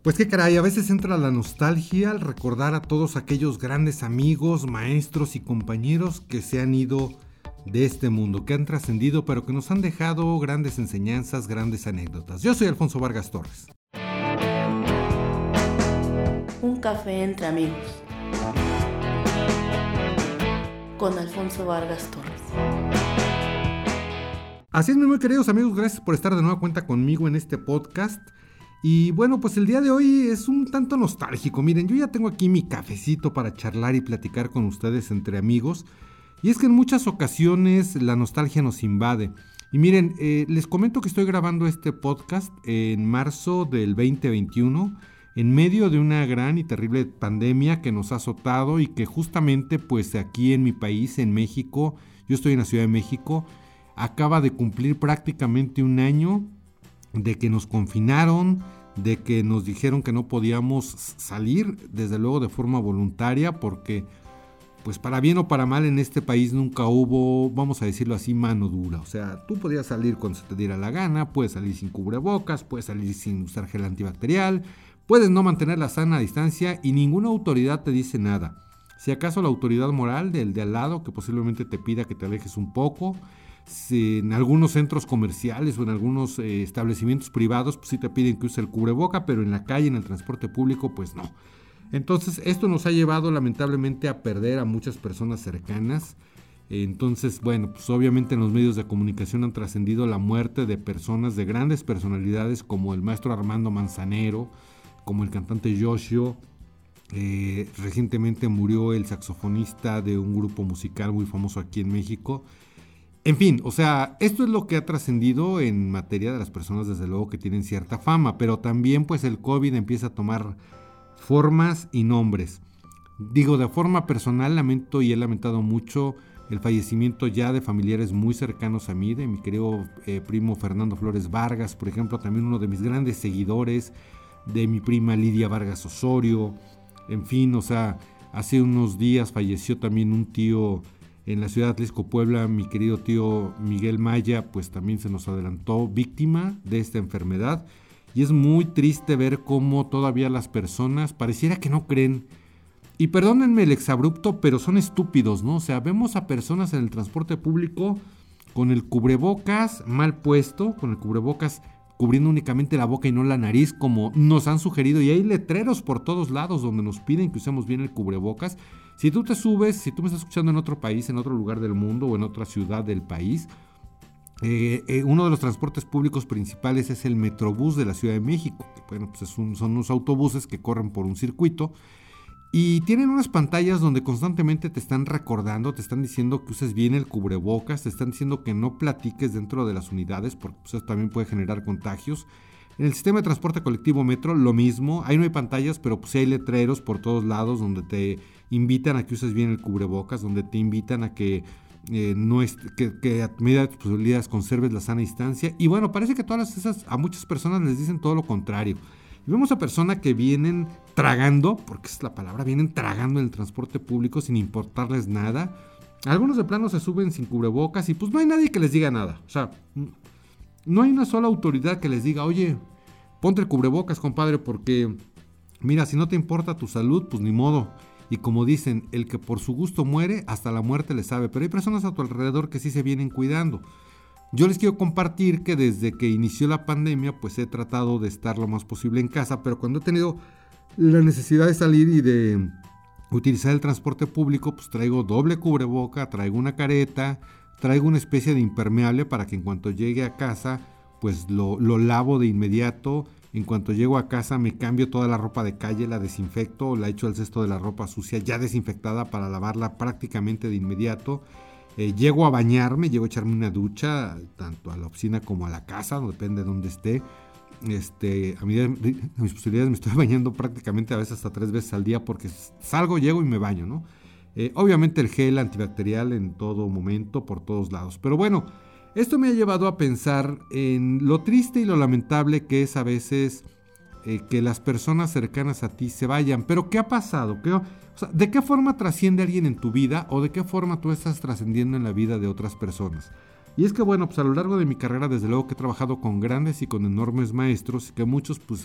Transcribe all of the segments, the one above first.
Pues qué caray, a veces entra la nostalgia al recordar a todos aquellos grandes amigos, maestros y compañeros que se han ido de este mundo, que han trascendido, pero que nos han dejado grandes enseñanzas, grandes anécdotas. Yo soy Alfonso Vargas Torres. Un café entre amigos con Alfonso Vargas Torres. Así es, mis muy queridos amigos, gracias por estar de nueva cuenta conmigo en este podcast. Y bueno, pues el día de hoy es un tanto nostálgico. Miren, yo ya tengo aquí mi cafecito para charlar y platicar con ustedes entre amigos. Y es que en muchas ocasiones la nostalgia nos invade. Y miren, les comento que estoy grabando este podcast en marzo del 2021, en medio de una gran y terrible pandemia que nos ha azotado y que justamente pues aquí en mi país, en México, yo estoy en la Ciudad de México, acaba de cumplir prácticamente un año de que nos confinaron, de que nos dijeron que no podíamos salir, desde luego de forma voluntaria, porque pues para bien o para mal en este país nunca hubo, vamos a decirlo así, mano dura. O sea, tú podías salir cuando se te diera la gana, puedes salir sin cubrebocas, puedes salir sin usar gel antibacterial, puedes no mantener la sana distancia y ninguna autoridad te dice nada. Si acaso la autoridad moral del de al lado, que posiblemente te pida que te alejes un poco. Si en algunos centros comerciales o en algunos establecimientos privados pues sí te piden que uses el cubreboca, pero en la calle, en el transporte público, pues no. Entonces esto nos ha llevado lamentablemente a perder a muchas personas cercanas. Entonces, bueno, pues obviamente en los medios de comunicación han trascendido la muerte de personas, de grandes personalidades como el maestro Armando Manzanero, como el cantante Yoshio. Recientemente murió el saxofonista de un grupo musical muy famoso aquí en México. En fin, o sea, esto es lo que ha trascendido en materia de las personas, desde luego, que tienen cierta fama, pero también pues el COVID empieza a tomar formas y nombres. Digo, de forma personal lamento y he lamentado mucho el fallecimiento ya de familiares muy cercanos a mí, de mi querido primo Fernando Flores Vargas, por ejemplo, también uno de mis grandes seguidores, de mi prima Lidia Vargas Osorio. En fin, o sea, hace unos días falleció también un tío en la ciudad de Atlixco, Puebla, mi querido tío Miguel Maya, pues también se nos adelantó víctima de esta enfermedad. Y es muy triste ver cómo todavía las personas pareciera que no creen. Y perdónenme el exabrupto, pero son estúpidos, ¿no? O sea, vemos a personas en el transporte público con el cubrebocas mal puesto, con el cubrebocas cubriendo únicamente la boca y no la nariz, como nos han sugerido. Y hay letreros por todos lados donde nos piden que usemos bien el cubrebocas. Si tú te subes, si tú me estás escuchando en otro país, en otro lugar del mundo o en otra ciudad del país, uno de los transportes públicos principales es el Metrobús de la Ciudad de México, que bueno, pues son unos autobuses que corren por un circuito y tienen unas pantallas donde constantemente te están recordando, te están diciendo que uses bien el cubrebocas, te están diciendo que no platiques dentro de las unidades porque pues, eso también puede generar contagios. En el sistema de transporte colectivo Metro, lo mismo. Ahí no hay pantallas, pero pues hay letreros por todos lados donde te invitan a que uses bien el cubrebocas, donde te invitan a que que a medida de tus posibilidades conserves la sana distancia. Y bueno, parece que a muchas personas les dicen todo lo contrario. Y vemos a personas que vienen tragando, porque es la palabra, vienen tragando en el transporte público sin importarles nada. Algunos de plano se suben sin cubrebocas y pues no hay nadie que les diga nada. O sea, no hay una sola autoridad que les diga, oye, ponte el cubrebocas, compadre, porque mira, si no te importa tu salud, pues ni modo. Y como dicen, el que por su gusto muere, hasta la muerte le sabe. Pero hay personas a tu alrededor que sí se vienen cuidando. Yo les quiero compartir que desde que inició la pandemia, pues he tratado de estar lo más posible en casa. Pero cuando he tenido la necesidad de salir y de utilizar el transporte público, pues traigo doble cubreboca, traigo una careta, traigo una especie de impermeable para que en cuanto llegue a casa, pues lo lavo de inmediato. En cuanto llego a casa me cambio toda la ropa de calle, la desinfecto, la echo al cesto de la ropa sucia ya desinfectada para lavarla prácticamente de inmediato. Llego a bañarme, llego a echarme una ducha, tanto a la oficina como a la casa, depende de donde esté. A medida de mis posibilidades me estoy bañando prácticamente a veces hasta 3 veces al día porque salgo, llego y me baño, ¿no? Obviamente el gel antibacterial en todo momento, por todos lados. Pero bueno, esto me ha llevado a pensar en lo triste y lo lamentable que es a veces que las personas cercanas a ti se vayan. Pero ¿qué ha pasado? ¿De qué forma trasciende alguien en tu vida o de qué forma tú estás trascendiendo en la vida de otras personas? Y es que bueno, pues a lo largo de mi carrera desde luego que he trabajado con grandes y con enormes maestros y que muchos pues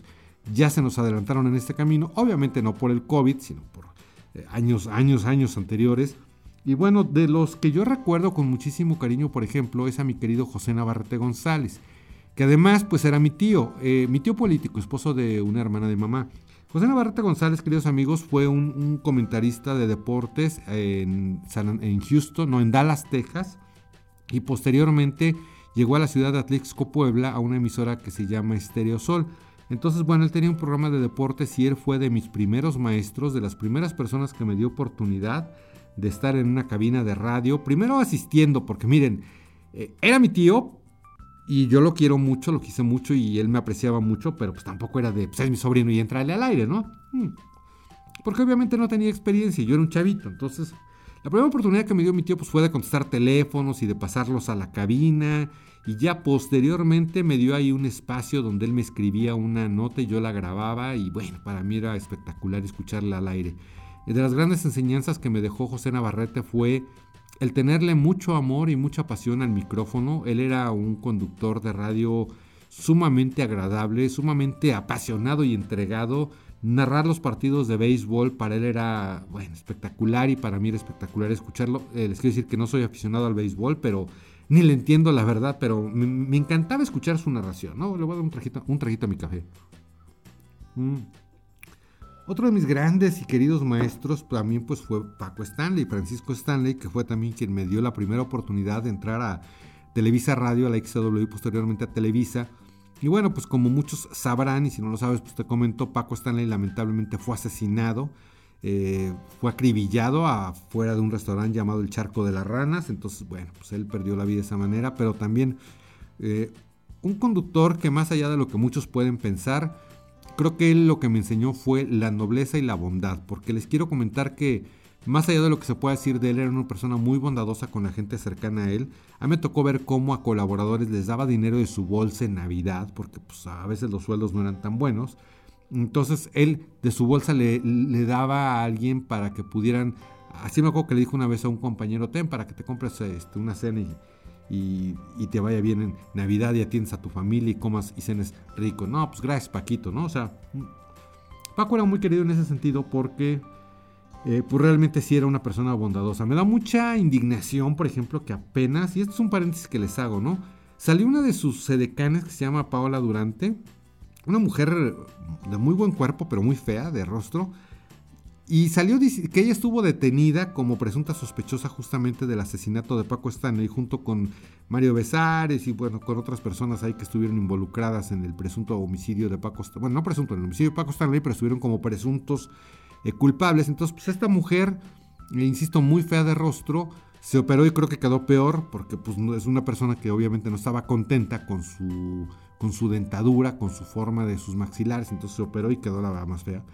ya se nos adelantaron en este camino, obviamente no por el COVID, sino por años anteriores. Y bueno, de los que yo recuerdo con muchísimo cariño, por ejemplo, es a mi querido José Navarrete González, que además pues era mi tío político, esposo de una hermana de mamá. José Navarrete González, queridos amigos, fue un comentarista de deportes en Dallas, Texas, y posteriormente llegó a la ciudad de Atlixco, Puebla, a una emisora que se llama Estéreo Sol. Entonces, bueno, él tenía un programa de deportes y él fue de mis primeros maestros, de las primeras personas que me dio oportunidad de estar en una cabina de radio, primero asistiendo, porque miren, era mi tío, y yo lo quiero mucho, lo quise mucho y él me apreciaba mucho, pero pues tampoco era de, pues es mi sobrino y entrarle al aire, ¿no? Porque obviamente no tenía experiencia y yo era un chavito. Entonces, la primera oportunidad que me dio mi tío pues fue de contestar teléfonos y de pasarlos a la cabina. Y ya posteriormente me dio ahí un espacio donde él me escribía una nota y yo la grababa. Y bueno, para mí era espectacular escucharla al aire. De las grandes enseñanzas que me dejó José Navarrete fue el tenerle mucho amor y mucha pasión al micrófono. Él era un conductor de radio sumamente agradable, sumamente apasionado y entregado. Narrar los partidos de béisbol para él era, bueno, espectacular, y para mí era espectacular escucharlo. Les quiero decir que no soy aficionado al béisbol, pero ni le entiendo la verdad, pero me encantaba escuchar su narración, ¿no? Le voy a dar un traguito a mi café. Otro de mis grandes y queridos maestros también pues fue Paco Stanley, Francisco Stanley, que fue también quien me dio la primera oportunidad de entrar a Televisa Radio, a la XW y posteriormente a Televisa. Y bueno, pues como muchos sabrán, y si no lo sabes, pues te comento, Paco Stanley lamentablemente fue asesinado, fue acribillado afuera de un restaurante llamado El Charco de las Ranas. Entonces, bueno, pues él perdió la vida de esa manera, pero también un conductor que, más allá de lo que muchos pueden pensar, creo que él lo que me enseñó fue la nobleza y la bondad, porque les quiero comentar que más allá de lo que se pueda decir de él, era una persona muy bondadosa con la gente cercana a él. A mí me tocó ver cómo a colaboradores les daba dinero de su bolsa en Navidad, porque pues a veces los sueldos no eran tan buenos. Entonces él de su bolsa le daba a alguien para que pudieran, así me acuerdo que le dijo una vez a un compañero, ten para que te compres una cena y te vaya bien en Navidad y atiendas a tu familia y comas y cenes rico. No, pues gracias Paquito, ¿no? O sea, Paco era muy querido en ese sentido porque pues realmente sí era una persona bondadosa. Me da mucha indignación, por ejemplo, que apenas, y esto es un paréntesis que les hago, ¿no? Salió una de sus edecanes que se llama Paola Durante, una mujer de muy buen cuerpo, pero muy fea de rostro, y salió que ella estuvo detenida como presunta sospechosa justamente del asesinato de Paco Stanley, junto con Mario Besares y bueno, con otras personas ahí que estuvieron involucradas en el presunto homicidio de Paco Stanley. Bueno, no presunto, en el homicidio de Paco Stanley, pero estuvieron como presuntos culpables. Entonces, pues esta mujer, insisto, muy fea de rostro, se operó y creo que quedó peor, porque pues es una persona que obviamente no estaba contenta con su dentadura, con su forma de sus maxilares, entonces se operó y quedó la verdad más fea.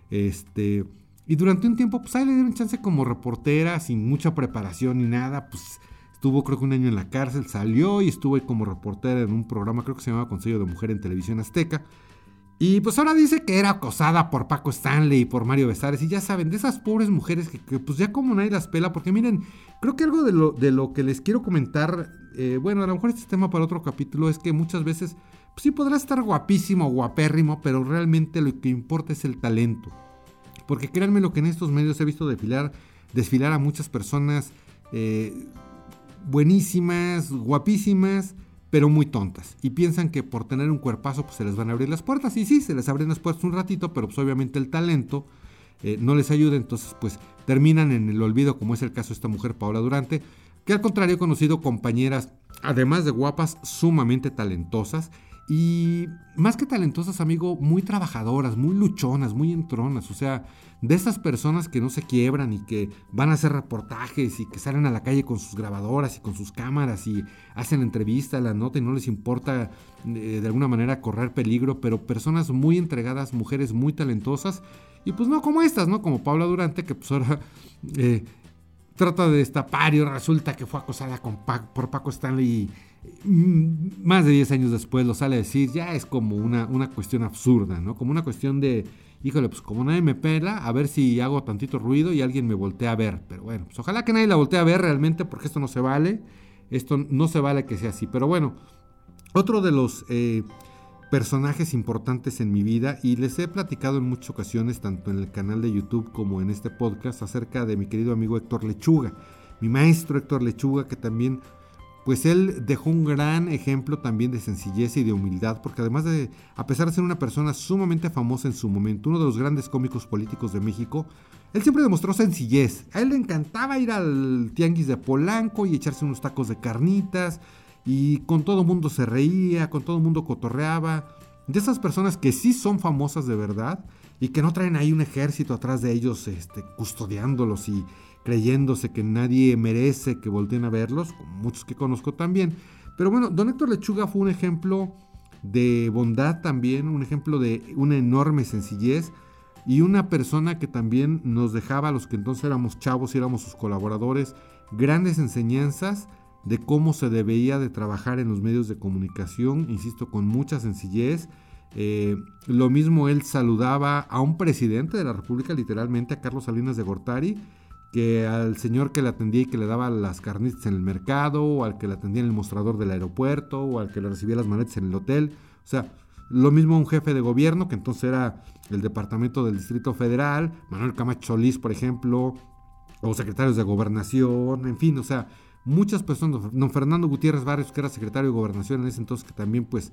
Y durante un tiempo, pues ahí le dieron chance como reportera, sin mucha preparación ni nada, pues estuvo creo que un año en la cárcel, salió y estuvo ahí como reportera en un programa, creo que se llamaba Consejo de Mujer en Televisión Azteca. Y pues ahora dice que era acosada por Paco Stanley y por Mario Besares. Y ya saben, de esas pobres mujeres que pues ya como nadie las pela. Porque miren, creo que algo de lo que les quiero comentar, bueno, a lo mejor este es tema para otro capítulo, es que muchas veces, pues sí podrás estar guapísimo o guapérrimo, pero realmente lo que importa es el talento. Porque créanme lo que en estos medios he visto desfilar a muchas personas buenísimas, guapísimas, pero muy tontas, y piensan que por tener un cuerpazo pues se les van a abrir las puertas, y sí, se les abren las puertas un ratito, pero pues obviamente el talento no les ayuda, entonces pues terminan en el olvido, como es el caso de esta mujer Paola Durante, que al contrario he conocido compañeras, además de guapas, sumamente talentosas, y más que talentosas, amigo, muy trabajadoras, muy luchonas, muy entronas, o sea, de esas personas que no se quiebran y que van a hacer reportajes y que salen a la calle con sus grabadoras y con sus cámaras y hacen entrevistas, la nota y no les importa de alguna manera correr peligro, pero personas muy entregadas, mujeres muy talentosas, y pues no como estas, ¿no? Como Paola Durante, que pues ahora trata de destapar y resulta que fue acosada por Paco Stanley y más de 10 años después lo sale a decir. Ya es como una cuestión absurda, ¿no? Como una cuestión de, híjole, pues como nadie me pela, a ver si hago tantito ruido y alguien me voltea a ver. Pero bueno, pues ojalá que nadie la voltee a ver realmente, porque esto no se vale. Esto no se vale que sea así. Pero bueno, otro de los personajes importantes en mi vida, y les he platicado en muchas ocasiones, tanto en el canal de YouTube como en este podcast, acerca de mi querido amigo Héctor Lechuga, mi maestro Héctor Lechuga, que también, pues él dejó un gran ejemplo también de sencillez y de humildad, porque además de, a pesar de ser una persona sumamente famosa en su momento, uno de los grandes cómicos políticos de México, él siempre demostró sencillez. A él le encantaba ir al tianguis de Polanco y echarse unos tacos de carnitas, y con todo mundo se reía, con todo mundo cotorreaba. De esas personas que sí son famosas de verdad y que no traen ahí un ejército atrás de ellos custodiándolos y creyéndose que nadie merece que volteen a verlos, como muchos que conozco también. Pero bueno, don Héctor Lechuga fue un ejemplo de bondad también, un ejemplo de una enorme sencillez, y una persona que también nos dejaba, a los que entonces éramos chavos y éramos sus colaboradores, grandes enseñanzas de cómo se debía de trabajar en los medios de comunicación, insisto, con mucha sencillez. Lo mismo él saludaba a un presidente de la República, literalmente a Carlos Salinas de Gortari, que al señor que le atendía y que le daba las carnitas en el mercado, o al que le atendía en el mostrador del aeropuerto, o al que le recibía las maletas en el hotel. O sea, lo mismo a un jefe de gobierno, que entonces era el departamento del Distrito Federal, Manuel Camacho Solís, por ejemplo, o secretarios de gobernación, en fin, o sea, muchas personas. Don Fernando Gutiérrez Barrios, que era secretario de Gobernación en ese entonces, que también, pues,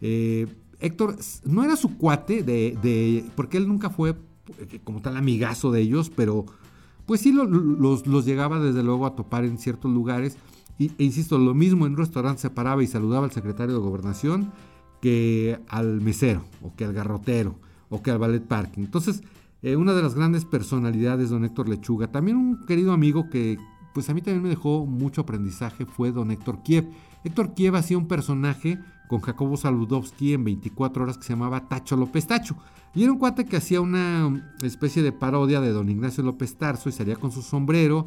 Héctor no era su cuate, porque él nunca fue como tal amigazo de ellos, pero pues sí los llegaba desde luego a topar en ciertos lugares, e insisto, lo mismo en un restaurante se paraba y saludaba al secretario de Gobernación que al mesero, o que al garrotero, o que al ballet parking. Entonces, una de las grandes personalidades, don Héctor Lechuga. También un querido amigo que pues a mí también me dejó mucho aprendizaje fue don Héctor Kiev. Héctor Kiev hacía un personaje con Jacobo Saludowski en 24 horas que se llamaba Tacho López Tacho. Y era un cuate que hacía una especie de parodia de don Ignacio López Tarso, y salía con su sombrero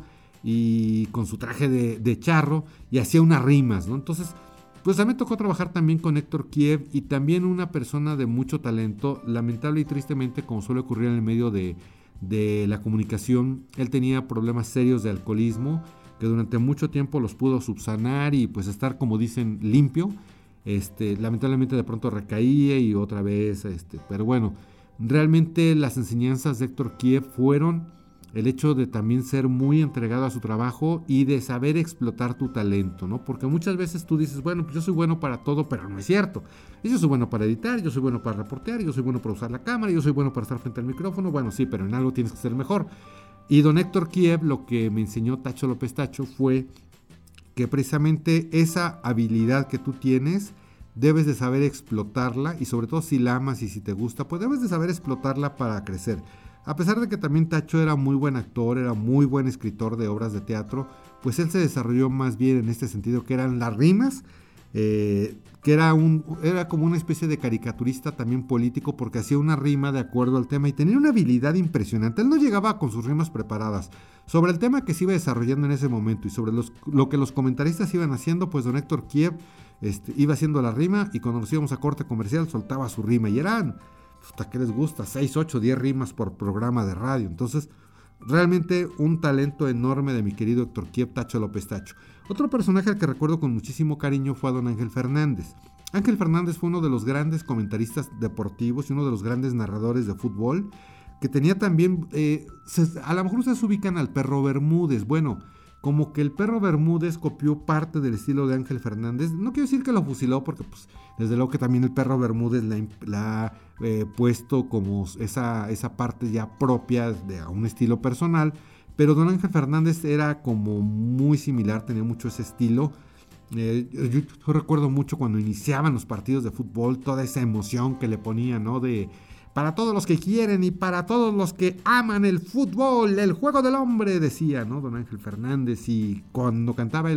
y con su traje de charro y hacía unas rimas, ¿no? Entonces, pues a mí me tocó trabajar también con Héctor Kiev, y también una persona de mucho talento. Lamentable y tristemente, como suele ocurrir en el medio de la comunicación, él tenía problemas serios de alcoholismo que durante mucho tiempo los pudo subsanar y pues estar, como dicen, limpio. Lamentablemente de pronto recaía y otra vez, pero bueno, realmente las enseñanzas de Héctor Kiev fueron el hecho de también ser muy entregado a su trabajo y de saber explotar tu talento, ¿no? Porque muchas veces tú dices, bueno, pues yo soy bueno para todo, pero no es cierto. Yo soy bueno para editar, yo soy bueno para reportear, yo soy bueno para usar la cámara, yo soy bueno para estar frente al micrófono. Bueno, sí, pero en algo tienes que ser mejor. Y don Héctor Kiev, lo que me enseñó Tacho López Tacho fue que precisamente esa habilidad que tú tienes debes de saber explotarla, y sobre todo si la amas y si te gusta, pues debes de saber explotarla para crecer. A pesar de que también Tacho era muy buen actor, era muy buen escritor de obras de teatro, pues él se desarrolló más bien en este sentido, que eran las rimas, que era como una especie de caricaturista también político, porque hacía una rima de acuerdo al tema y tenía una habilidad impresionante. Él no llegaba con sus rimas preparadas. Sobre el tema que se iba desarrollando en ese momento y sobre lo que los comentaristas iban haciendo, pues don Héctor Kiev iba haciendo la rima, y cuando nos íbamos a corte comercial soltaba su rima, y eran, hasta que les gusta, 6, 8, 10 rimas por programa de radio. Entonces, realmente un talento enorme de mi querido Héctor Kiev, Tacho López Tacho. Otro personaje al que recuerdo con muchísimo cariño fue a don Ángel Fernández. Ángel Fernández fue uno de los grandes comentaristas deportivos y uno de los grandes narradores de fútbol, que tenía también, a lo mejor ustedes ubican al Perro Bermúdez. Bueno, como que el Perro Bermúdez copió parte del estilo de Ángel Fernández. No quiero decir que lo fusiló, porque pues desde luego que también el Perro Bermúdez la ha puesto como esa parte ya propia a un estilo personal, pero don Ángel Fernández era como muy similar, tenía mucho ese estilo. Yo recuerdo mucho cuando iniciaban los partidos de fútbol, toda esa emoción que le ponía, ¿no? Para todos los que quieren y para todos los que aman el fútbol, el juego del hombre, decía, ¿no? Don Ángel Fernández. Y cuando cantaba el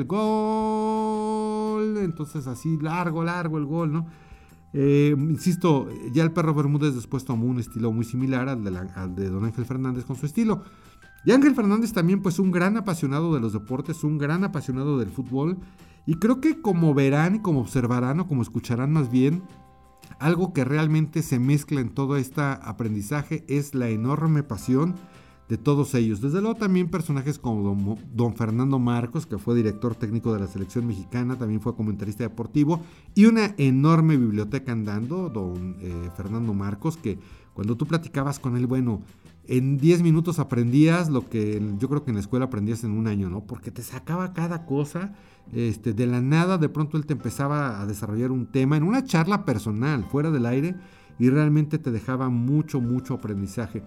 gol, entonces así largo el gol, ¿no? Insisto, ya el Perro Bermúdez después tomó un estilo muy similar al de don Ángel Fernández con su estilo. Y Ángel Fernández también, pues, un gran apasionado de los deportes, un gran apasionado del fútbol. Y creo que como verán y como observarán, o como escucharán más bien, algo que realmente se mezcla en todo este aprendizaje es la enorme pasión de todos ellos. Desde luego también personajes como don Fernando Marcos, que fue director técnico de la selección mexicana, también fue comentarista deportivo, y una enorme biblioteca andando, don Fernando Marcos, que cuando tú platicabas con él, bueno, en 10 minutos aprendías lo que yo creo que en la escuela aprendías en un año, ¿no? Porque te sacaba cada cosa, de la nada, de pronto él te empezaba a desarrollar un tema en una charla personal, fuera del aire, y realmente te dejaba mucho aprendizaje.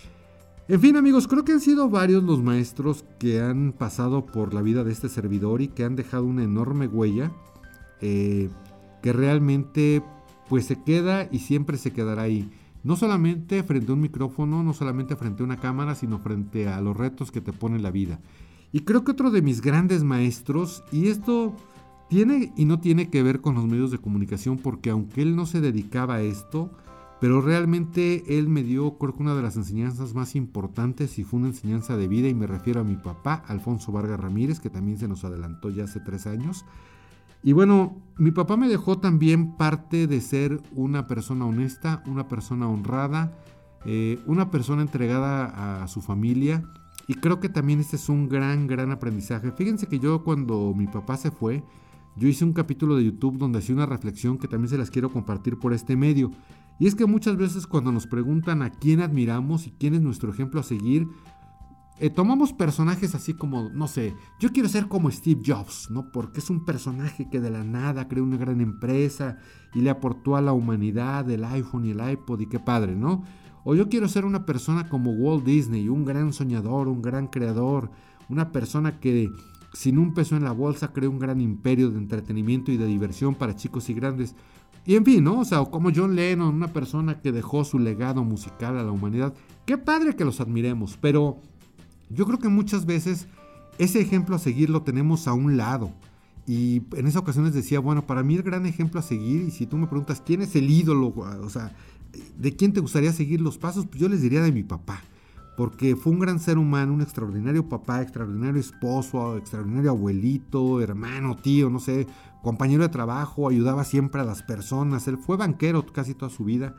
En fin, amigos, creo que han sido varios los maestros que han pasado por la vida de este servidor y que han dejado una enorme huella, que realmente pues se queda y siempre se quedará ahí. No solamente frente a un micrófono, no solamente frente a una cámara, sino frente a los retos que te pone la vida. Y creo que otro de mis grandes maestros, y esto tiene y no tiene que ver con los medios de comunicación, porque aunque él no se dedicaba a esto, pero realmente él me dio, creo que una de las enseñanzas más importantes, y fue una enseñanza de vida, y me refiero a mi papá, Alfonso Vargas Ramírez, que también se nos adelantó ya hace 3 años. Y bueno, mi papá me dejó también parte de ser una persona honesta, una persona honrada, una persona entregada a su familia, y creo que también este es un gran aprendizaje. Fíjense que yo, cuando mi papá se fue, yo hice un capítulo de YouTube donde hacía una reflexión que también se las quiero compartir por este medio. Y es que muchas veces cuando nos preguntan a quién admiramos y quién es nuestro ejemplo a seguir, tomamos personajes así como, no sé, yo quiero ser como Steve Jobs, ¿no? Porque es un personaje que de la nada creó una gran empresa y le aportó a la humanidad el iPhone y el iPod, y qué padre, ¿no? O yo quiero ser una persona como Walt Disney, un gran soñador, un gran creador, una persona que sin un peso en la bolsa creó un gran imperio de entretenimiento y de diversión para chicos y grandes. Y en fin, ¿no? O sea, o como John Lennon, una persona que dejó su legado musical a la humanidad. Qué padre que los admiremos, pero yo creo que muchas veces ese ejemplo a seguir lo tenemos a un lado. Y en esas ocasiones decía, bueno, para mí el gran ejemplo a seguir, y si tú me preguntas quién es el ídolo, o sea, ¿de quién te gustaría seguir los pasos? Pues yo les diría de mi papá, porque fue un gran ser humano, un extraordinario papá, extraordinario esposo, extraordinario abuelito, hermano, tío, no sé, compañero de trabajo, ayudaba siempre a las personas, él fue banquero casi toda su vida.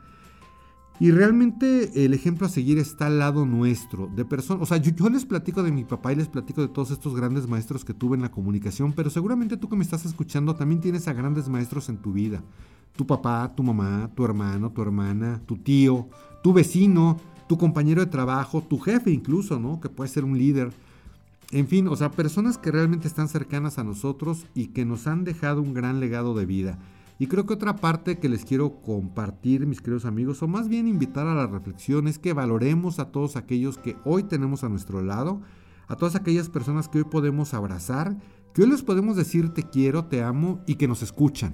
Y realmente el ejemplo a seguir está al lado nuestro, de personas. O sea, yo les platico de mi papá y les platico de todos estos grandes maestros que tuve en la comunicación, pero seguramente tú que me estás escuchando también tienes a grandes maestros en tu vida. Tu papá, tu mamá, tu hermano, tu hermana, tu tío, tu vecino, tu compañero de trabajo, tu jefe incluso, ¿no? Que puede ser un líder. En fin, o sea, personas que realmente están cercanas a nosotros y que nos han dejado un gran legado de vida. Y creo que otra parte que les quiero compartir, mis queridos amigos, o más bien invitar a la reflexión, es que valoremos a todos aquellos que hoy tenemos a nuestro lado, a todas aquellas personas que hoy podemos abrazar, que hoy les podemos decir te quiero, te amo, y que nos escuchan,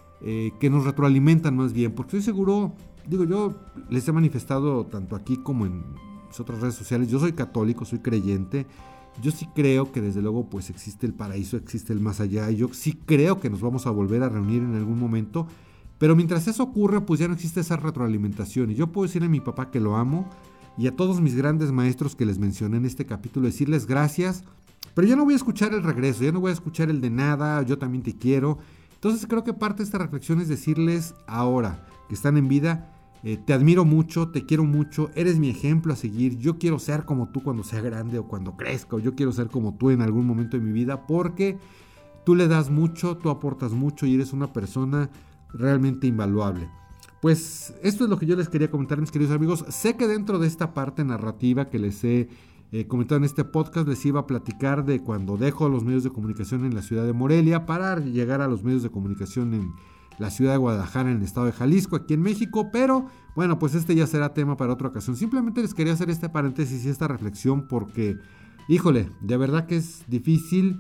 que nos retroalimentan más bien, porque estoy seguro, digo, yo les he manifestado tanto aquí como en otras redes sociales, yo soy católico, soy creyente. Yo sí creo que desde luego pues existe el paraíso, existe el más allá, y yo sí creo que nos vamos a volver a reunir en algún momento, pero mientras eso ocurre pues ya no existe esa retroalimentación, y yo puedo decirle a mi papá que lo amo, y a todos mis grandes maestros que les mencioné en este capítulo, decirles gracias, pero ya no voy a escuchar el regreso, ya no voy a escuchar el de nada, yo también te quiero. Entonces creo que parte de esta reflexión es decirles ahora que están en vida, te admiro mucho, te quiero mucho, eres mi ejemplo a seguir, yo quiero ser como tú cuando sea grande o cuando crezca, o yo quiero ser como tú en algún momento de mi vida, porque tú le das mucho, tú aportas mucho y eres una persona realmente invaluable. Pues esto es lo que yo les quería comentar, mis queridos amigos. Sé que dentro de esta parte narrativa que les he comentado en este podcast, les iba a platicar de cuando dejo los medios de comunicación en la ciudad de Morelia para llegar a los medios de comunicación en la ciudad de Guadalajara, en el estado de Jalisco, aquí en México, pero bueno, pues este ya será tema para otra ocasión. Simplemente les quería hacer este paréntesis y esta reflexión porque, híjole, de verdad que es difícil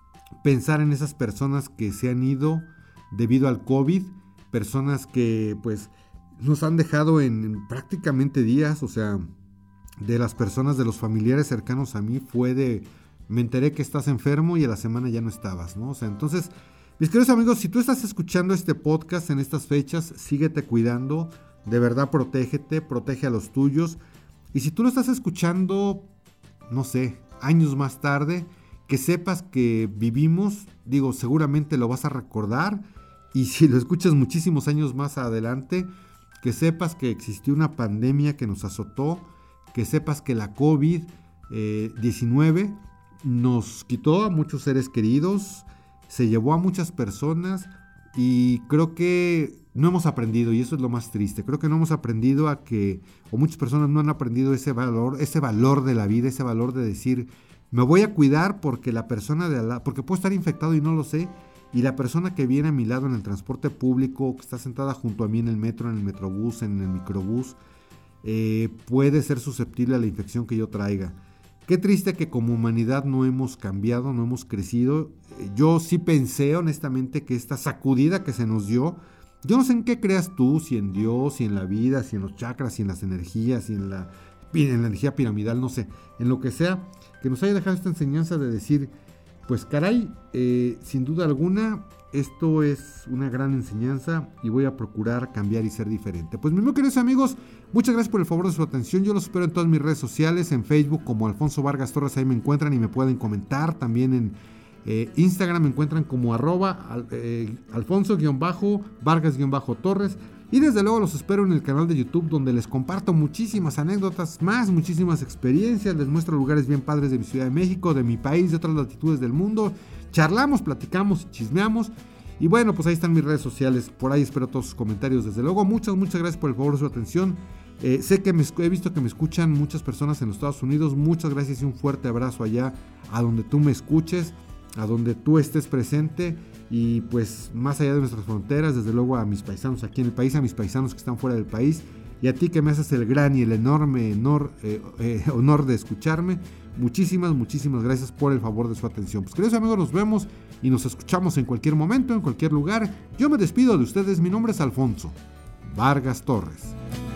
pensar en esas personas que se han ido debido al COVID, personas que pues nos han dejado en prácticamente días, o sea, de las personas, de los familiares cercanos a mí fue de, me enteré que estás enfermo y a la semana ya no estabas, ¿no? O sea, entonces, mis queridos amigos, si tú estás escuchando este podcast en estas fechas, síguete cuidando, de verdad protégete, protege a los tuyos. Y si tú lo estás escuchando, no sé, años más tarde, que sepas que vivimos, digo, seguramente lo vas a recordar. Y si lo escuchas muchísimos años más adelante, que sepas que existió una pandemia que nos azotó, que sepas que la COVID-19 nos quitó a muchos seres queridos, se llevó a muchas personas y creo que no hemos aprendido, y eso es lo más triste. Creo que no hemos aprendido o muchas personas no han aprendido ese valor de la vida, ese valor de decir, me voy a cuidar porque la persona porque puedo estar infectado y no lo sé, y la persona que viene a mi lado en el transporte público, que está sentada junto a mí en el metro, en el metrobús, en el microbús, puede ser susceptible a la infección que yo traiga. Qué triste que como humanidad no hemos cambiado, no hemos crecido. Yo sí pensé honestamente que esta sacudida que se nos dio, yo no sé en qué creas tú, si en Dios, si en la vida, si en los chakras, si en las energías, si en la energía piramidal, no sé, en lo que sea, que nos haya dejado esta enseñanza de decir, pues caray, sin duda alguna, esto es una gran enseñanza y voy a procurar cambiar y ser diferente. Pues mis muy queridos amigos, muchas gracias por el favor de su atención. Yo los espero en todas mis redes sociales, en Facebook como Alfonso Vargas Torres, ahí me encuentran y me pueden comentar. También en Instagram me encuentran como Alfonso-Vargas-Torres. Y desde luego los espero en el canal de YouTube, donde les comparto muchísimas anécdotas más, muchísimas experiencias, les muestro lugares bien padres de mi Ciudad de México, de mi país, de otras latitudes del mundo. Charlamos, platicamos, chismeamos. Y bueno, pues ahí están mis redes sociales, por ahí espero todos sus comentarios. Desde luego, muchas gracias por el favor de su atención. Sé que he visto que me escuchan muchas personas en los Estados Unidos. Muchas gracias y un fuerte abrazo allá, a donde tú me escuches, a donde tú estés presente. Y pues más allá de nuestras fronteras, desde luego a mis paisanos aquí en el país, a mis paisanos que están fuera del país, y a ti que me haces el gran y el enorme honor de escucharme. Muchísimas gracias por el favor de su atención. Pues queridos amigos, nos vemos y nos escuchamos en cualquier momento, en cualquier lugar. Yo me despido de ustedes, mi nombre es Alfonso Vargas Torres.